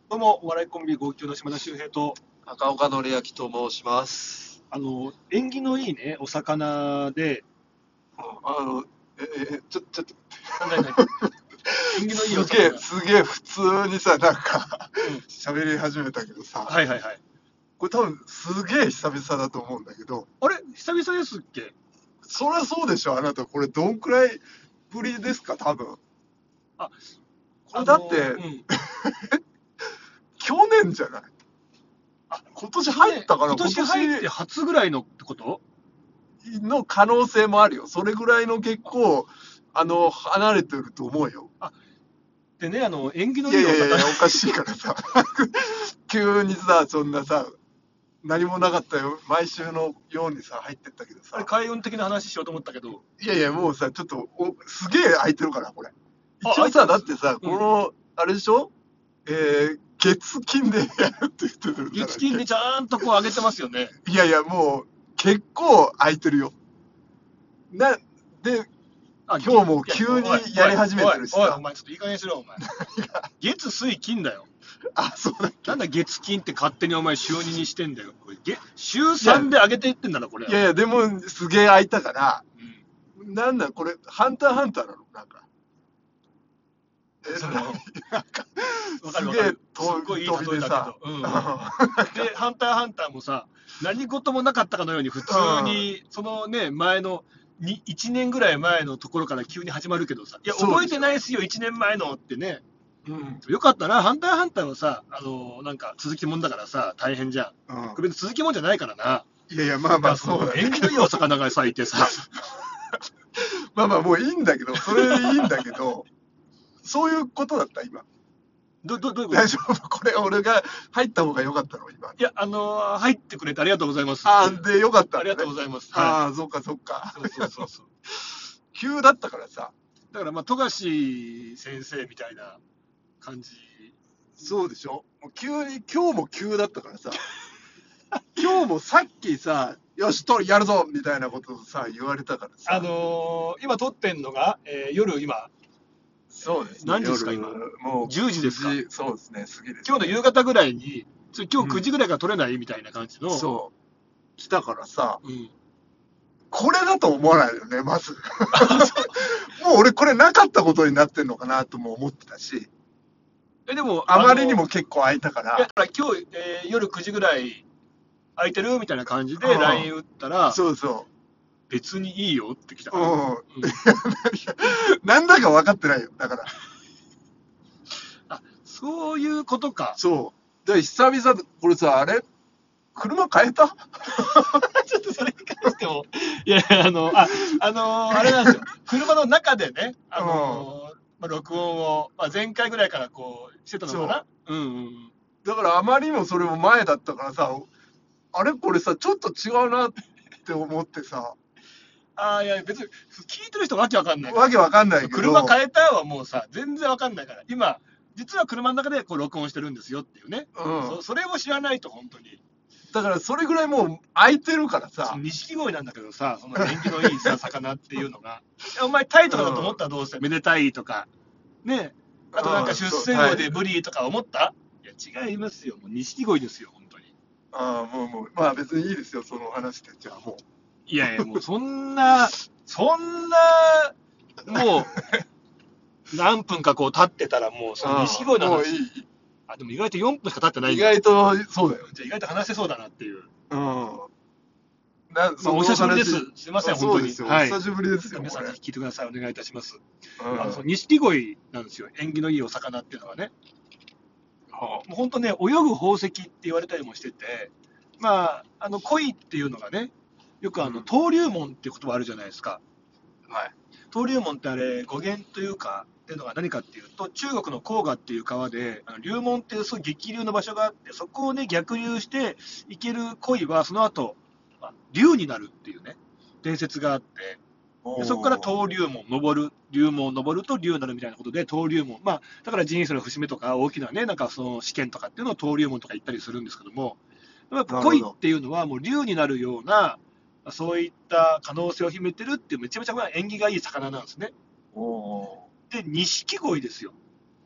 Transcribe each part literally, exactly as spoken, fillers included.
どうも、お笑いコンビ号泣の島田秀平と、 赤岡典明と申します。 あの、縁起のいいね、お魚で、 あの、え、え、ちょ、ちょっと、 なんだいなんだい縁起のいいおすげえ、 魚。 すげえ普通にさ、なんか、 うん。 喋り始めたけどさ、 はいはいはい。 これ多分すげえ久々だと思うんだけど、 あれ久々ですっけ？ そりゃそうでしょ、あなた。これどんくらいぶりですか、多分。 あ、 こあのれだって、 うん。 去年じゃない？ あ、 今年入ったかな？ 今年入って初ぐらいのってこと？ 今年の可能性もあるよ。それぐらいの結構、あの、離れてると思うよ。 あ、でね、あの、縁起のいやいいお魚。 いやいや、おかしいからさ。急にさ、そんなさ、何もなかったよ。毎週のようにさ、入ってったけどあれ、 さ。 開運的な話しようと思ったけど、 いやいや、もうさ、ちょっと、おすげえ空いてるから、これ。 あ、 一応さ、 開いてます。 だってさ、 うん。 この、あれでしょ？えー、月金でやるって言ってるから月金でちゃんとこう上げてますよね。 いやいや、もう、結構空いてるよ。な、で、 あ、ぎい今日もや、 急におい、おい、 やり始めおい、おい、おてるしさ。 前ちょっといい加減にしろ、お前。月、水、金だよ。 あ、そうだっけ？いなんだ月金って勝手にお前週ににしてんだよ。これ月週や、 さんで上げていってんだな、これ。 いやいや、でも、すげえ空いたから、 うん。 なんだ、これ、ハンターハンターなのなんか。え、 その、 ななんか、 わかすげえるわかる。すっ飛ごいいい飛びでさ、 例えだけど。うんうん。で、ハンターハンターもさ、何事もなかったかのように普通うんに、そのね、前の、にいちねんぐらい前のところから急に始まるけどさ、いや、覚えそうでしょ。 てないっすよ、いちねんまえのってね。 うん。 よかったな、ハンターハンターはさ、あの、なんか続きもんだからさ、大変じゃん。 うん。 これ別に続きもんじゃないからな。 いやいや、まあまあだからその、 そうだね。 縁起のいいお魚が咲いてさ、 まあまあもういいんだけど、それでいいんだけど、そういうことだった、今。 ど、ど、どういうこと？ 大丈夫？これ俺が入った方が良かったの、今。 いや、あのー入ってくれてありがとうございますってああ、 いう。 で、良かったありがとうんだね。 ございます。はい。 ああ、そっかそっか。 そうそうそうそう。 急だったからさ。 だから、まあ、富樫先生みたいな感じ。 そうでしょ？もう急に、今日も急だったからさ。今日もさっきさ、よし、とやるぞみたいなことをさ、言われたからあさ。 のー今撮ってんのが、えー夜今、 そうですね。 何時ですか夜、 今？ もうじゅうじですか？ くじ、そうですね、過ぎです今日のね。 夕方ぐらいに、ちょ今日うん。 くじぐらいから撮れないみたいな感じの、 そう。来たからさ、 うん。 これだと思わないよね、まず。もう俺これなかったことになってんのかなとも思ってたし、 え、でも、 あまりにあのも結構空いたかいや、だら、 から今日、えー夜くじぐらい空いてるみたいな感じでうライン 打ったら、 ん。そうそ別にいいよって来たう。 から。 うん。 うん。 なんだか分かってないよ。だから、 あ、そういうことか。 そう。で、久々で、これさ、あれ車変えた？ ちょっとそれに関しても、いやいや、あの、あ、あのーあれなんですよ。車の中でね、あのーまあ、録音を、まあ、前回ぐらいからこう、してたのかそな。うんうんうん。 う。だからあまりにもそれも前だったからさ、あれこれさ、ちょっと違うなって思ってさ、 ああ、いや、別に、聞いてる人わけわかんないから。 わけわかんないけど、 車変えたはもうさ、全然わかんないから。今、実は車の中でこう録音してるんですよっていうね。 うん。 そそれを知らないと、本当に。 だからそれぐらいもう空いてるからさ、 その錦鯉なんだけどさ、その縁起のいいさ、魚っていうのが。いやお前、タイとかだと思ったらどうせ、めでたいとか。ね。あとなんかうん、そう、 出世はい。 魚でブリとか思った？いや、違いますよ。もう錦鯉ですよ、本当に。 ああ、もうもう、まあ別にいいですよ、その話で。じゃあもいやいや、もうそんな、そんな、もう、何分かこう経ってたらもう、 う、 その錦鯉うん、もうの話、 いい。 あ、でも意外とよんぷんしか経ってない意んだ。 外と、そうだよ。 じゃあ意外と話せそうだなっていう。 うん。な、 まあ、 そのお久しぶりです。 話、 すいません、 あ、 本当に。 そうですよ。おはい。 久しぶりですよ、 皆さんぜこれ。 ひ聞いてください。お願いいたします。 うん。 あの、そはの錦鯉なんですよ。縁起のいいお魚っていうのはね。もう本当ね、泳ぐ宝石って言われたりもしてて、まあ、あの、鯉っていうのがね、よくあの、 うん。 登竜門っていう言葉あるじゃないですか。 はい。 登竜門ってあれ、語源というか、っていうのが何かっていうと、中国の黄河っていう川で、あの竜門っていうすごい激流の場所があって、そこをね、逆流して行ける鯉は、その後、まあ竜になるっていうね、伝説があって、でそこからおー。 登竜門、登る、竜門を登ると竜になるみたいなことで、登竜門、まあ、だから人生の節目とか、大きなね、なんかその試験とかっていうのを登竜門とか言ったりするんですけども、やっぱ恋っなるほど。 ていうのはもう竜になるような、そういった可能性を秘めてるっていう、めちゃめちゃ縁起がいい魚なんですね。 おー。 で、錦鯉ですよ。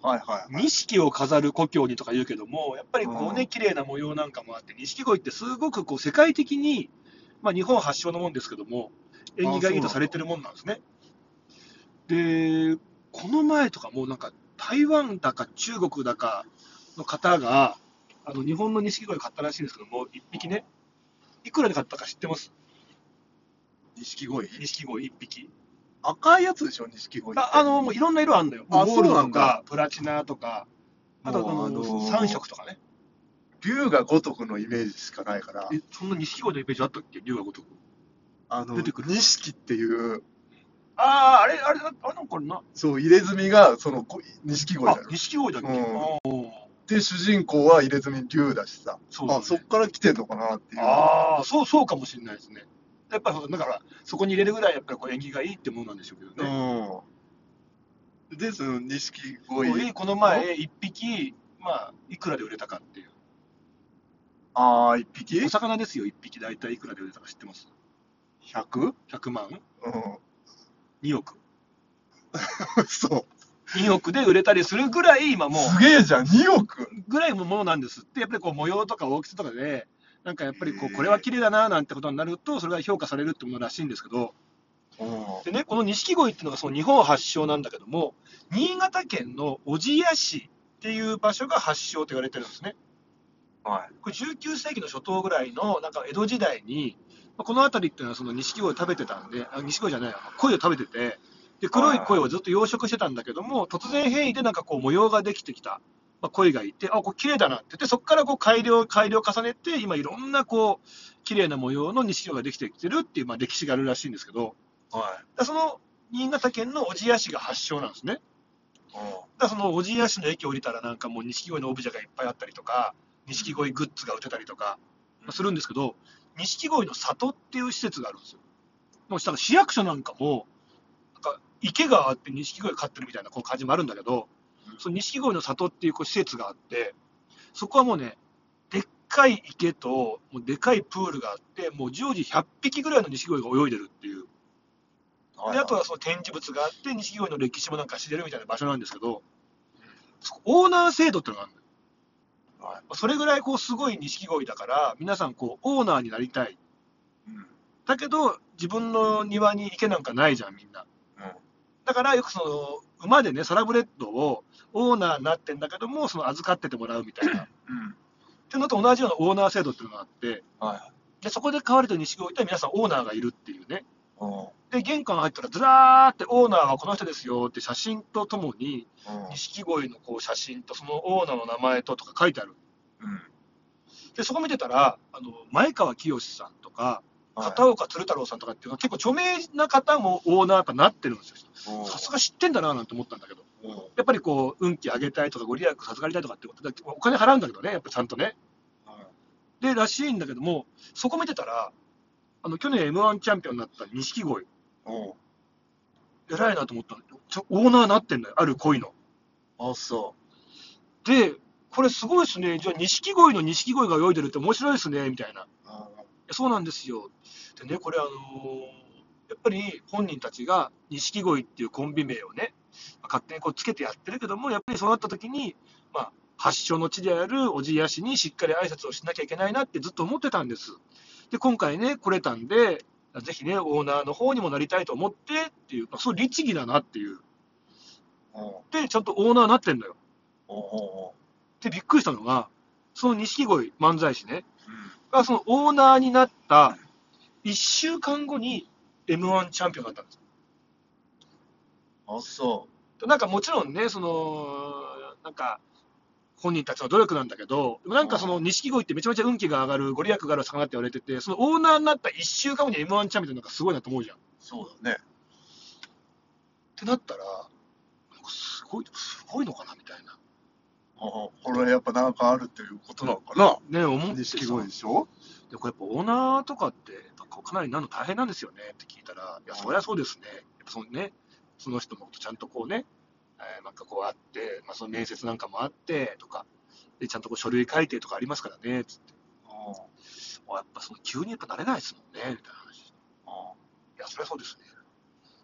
はいはいはい。 錦を飾る故郷にとか言うけども、やっぱりこうね、 うん綺麗な模様なんかもあって、錦鯉ってすごくこう世界的に、まあ、日本発祥のもんですけども、縁起がいいとされてるもんなんですね。で、この前とかもなんか台湾だか中国だかの方が、あの日本の錦鯉買ったらしいんですけども、一匹ね、いくらで買ったか知ってます？ 錦鯉錦鯉一匹。 赤いやつでしょ、錦鯉って。 あ、あの、もういろんな色あるんだよ。 あゴールドそうなんだとか、プラチナとか、あとあもうあの、 のーさん色とかね。 龍が如くのイメージしかないから、 え、そんな錦鯉のイメージあったっけ？龍が如く。 あの出てくる。 錦っていう、 ああ、あれ、あれ、あれなんかな。 そう、入れ墨がそのこ錦鯉あだ、よ。 錦鯉だっけ？ うんあーで、主人公は入れ墨龍だしさ、 そうだねあ、そっから来てんのかなっていう。 ああ、そう、そうかもしれないですね。やっぱり、だから、そこに入れるぐらい、やっぱりこう縁起がいいってものなんでしょうけどね。 うん。で、その錦こ鯉いこの前、一匹、まあ、いくらで売れたかっていう。 ああ、一匹お魚ですよ、一匹。大体いくらで売れたか知ってます？ ひゃく? ひゃくまん ? うに 億。 ん。そにおくで売れたりするぐらい、今う。 もう、 すげえじゃん、におく。 ぐらいのものなんですって、やっぱりこう模様とか大きさとかで、なんかやっぱりこう、 へーこれは綺麗だななんてことになると、それが評価されるってものらしいんですけど、 うん。 でね、この錦鯉っていうのがその日本発祥なんだけども、新潟県の小千谷市っていう場所が発祥と言われてるんですね。 はい。 これじゅうきゅう世紀の初頭ぐらいのなんか江戸時代に、まあこの辺りっていうのはその錦鯉を食べてたんで、あ錦鯉じゃない、鯉を食べてて、で黒い鯉をずっと養殖してたんだけども、突然変異でなんかこう模様ができてきた、まあ、鯉がいて、あ、これ綺麗だなって言って、そこからこう改良、改良を重ねて、今いろんなこう綺麗な模様の錦鯉ができてきてるっていう、まあ、歴史があるらしいんですけど、 はい。 だその新潟県の小千谷市が発祥なんですね。だその小千谷市の駅降りたらなんかもう錦鯉のオブジェがいっぱいあったりとか、錦鯉グッズが売ってたりとかするんですけど、錦鯉の里っていう施設があるんですよ。もうしたら市役所なんかも、なんか池があって錦鯉飼ってるみたいなこう感じもあるんだけど、その錦鯉の里っていうこう施設があって、そこはもうね、でっかい池と、もうでかいプールがあって、もう常時ひゃっぴきぐらいの錦鯉が泳いでるっていう。で、あとはその展示物があって、錦鯉の歴史もなんか知れるみたいな場所なんですけど、オーナー制度っていうのがあるんだよ。 はい。 それぐらいこうすごい錦鯉だから、皆さんこうオーナーになりたい。 うん。 だけど、自分の庭に池なんかないじゃん、みんな。 うん。 だからよくその馬でね、サラブレッドをオーナーになってんだけども、その預かっててもらうみたいな。っうん。 ていうのと同じようなオーナー制度っていうのがあって、 はい。 でそこで飼われてる錦鯉って皆さんオーナーがいるっていうね。 うん。 で、玄関入ったらずらーってオーナーはこの人ですよって写真とともに、 うん。 錦鯉のこう写真とそのオーナーの名前ととか書いてある。 うん。 で、そこ見てたら、あの前川清さんとか、片岡鶴太郎さんとかっていうのは結構著名な方もオーナーとなってるんですよ。さすが知ってんだななんて思ったんだけど、 うん。 やっぱりこう、運気上げたいとか、ご利益授かりたいとかってことで、お金払うんだけどね、やっぱちゃんとね。で、らしいんだけども、そこ見てたら、あの去年 エムワン チャンピオンになった錦鯉、 うん。 偉いなと思ったの。ちょオーナーになってんだよ、ある鯉の。 あ、そで、これすごいですね、じゃあ錦鯉の錦鯉が泳いでるって面白いですね、みたいな。 う。あそうなんですよ。でね、これあのーやっぱり本人たちが錦鯉っていうコンビ名をね、勝手にこうつけてやってるけども、やっぱりそうなった時に、まあ、発祥の地である小千谷市にしっかり挨拶をしなきゃいけないなってずっと思ってたんです。で、今回ね、来れたんで、ぜひね、オーナーの方にもなりたいと思ってっていう、まあ、そう律儀だなっていう。 うん。 で、ちゃんとオーナーになってんだよ。 おお。 で、びっくりしたのが、その錦鯉漫才師ね、 うん。 がそのオーナーになったいっしゅうかんごに エムワン チャンピオンになったんですよ。 あ、そなんかもちろんね、その、なんか、本人たちの努力なんだけど、でもなんかその錦鯉ってめちゃめちゃ運気が上がる、ご利益がある魚って言われてて、そのオーナーになったいっしゅうかんごに エムワン チャンピオンなんかすごいなと思うじゃん。っう。そうだね。 てなったら、なんかすごい、すごいのかなみたいな。 ああ、これやっぱなんかあるっていうことなのかな。 ね、思ってさ錦鯉でしょ。 で、これやっぱオーナーとかって、やっぱこうかなりなるの大変なんですよねって聞いたら、いや、そりゃそうですね。やっぱそのね、その人もちゃんとこうね、えーなんかこうあって、まあ、その面接なんかもあってとか、で、ちゃんとこう書類書いてとかありますからね、つって。 ああやっぱその急にやっぱ慣れないですもんね、みたいな話。 あ。 いや、そりゃそうですね。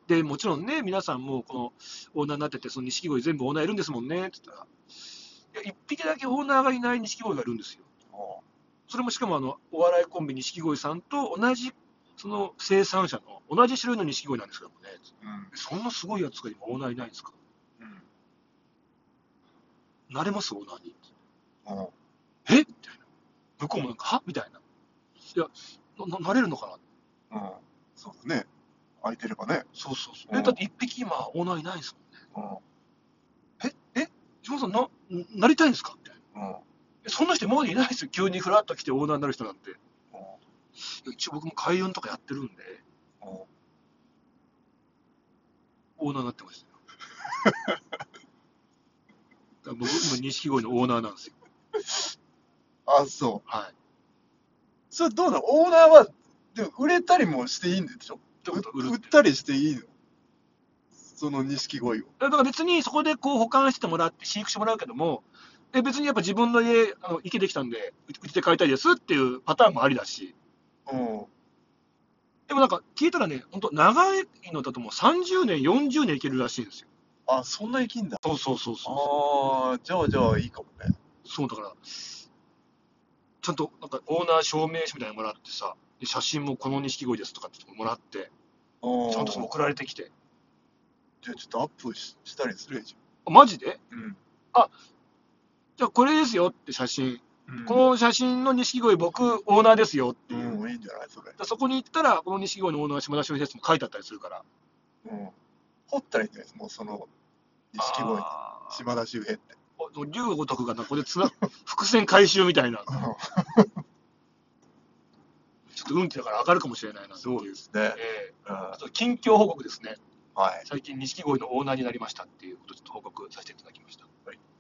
で、もちろんね、皆さんもこのオーナーになってて、その錦鯉全部オーナーいるんですもんねって言ったら、いや、一匹だけオーナーがいない錦鯉がいるんですよ。それもしかもあのお笑いコンビ錦鯉さんと同じその生産者の同じ種類の錦鯉なんですけどもね、 うん。 そんなすごいやつが今オーナーいないんですか？ うん。 なれますオーナーに？ うん。 えみたいな。向こうもなんか、はみたいな。いや、な、なれるのかな？ うん。そうだね。空いてればね。 そうそうそう。え、 うんだって一匹今オーナーいないですもんね。 うん。 え、え、島田さんな、なりたいんですかみたいな。 うん。 えそんな人今までいないですよ。急にフラッと来てオーナーになる人なんて。いうん。 や一応僕も開運とかやってるんで、 うん。 オーナーになってましたよ。だから僕、今、錦鯉のオーナーなんですよ。 あ、そう。 はい。 それどうなの？オーナーは、でも売れたりもしていいんでしょ？ どういうこと売るって。 売ったりしていいの？その錦鯉を。 だから別にそこでこう保管してもらって飼育してもらうけども、え別にやっぱ自分の家、あの池できたんで、うちうちで飼いたいですっていうパターンもありだし、 うん。 でもなんか聞いたらね、本当長いのだともうさんじゅうねん、よんじゅうねんいけるらしいんですよ。 あ、そんな生きんだ。 そうそうそうそう。 ああ、じゃあじゃあいいかもね。 そうだから、ちゃんとなんかオーナー証明書みたいなのもらってさ、で写真もこの錦鯉ですとかってもらって、 あちゃんとそのあ。 送られてきて、 じゃあちょっとアップし、したりするじあマジで？ ゃん。 あ、じゃあこれですよって写真。 うん。 この写真の錦鯉僕オーナーですよっていう。 うん、いいんじゃないそれ。 だそこに行ったら、この錦鯉のオーナーは島田秀平ですも書いてあったりするから。 うん。掘ったらいいんじゃないですか、もうその、錦鯉、 あー島田秀平って。 お竜ごとくがな、ここでつな伏線回収みたいな、ちょっと運気だから上がるかもしれないなってそういう。 ですね。 えうん。 ーあと、近況報告ですね。 はい。 最近、錦鯉のオーナーになりましたっていうことをちょっと報告させていただきました。 はい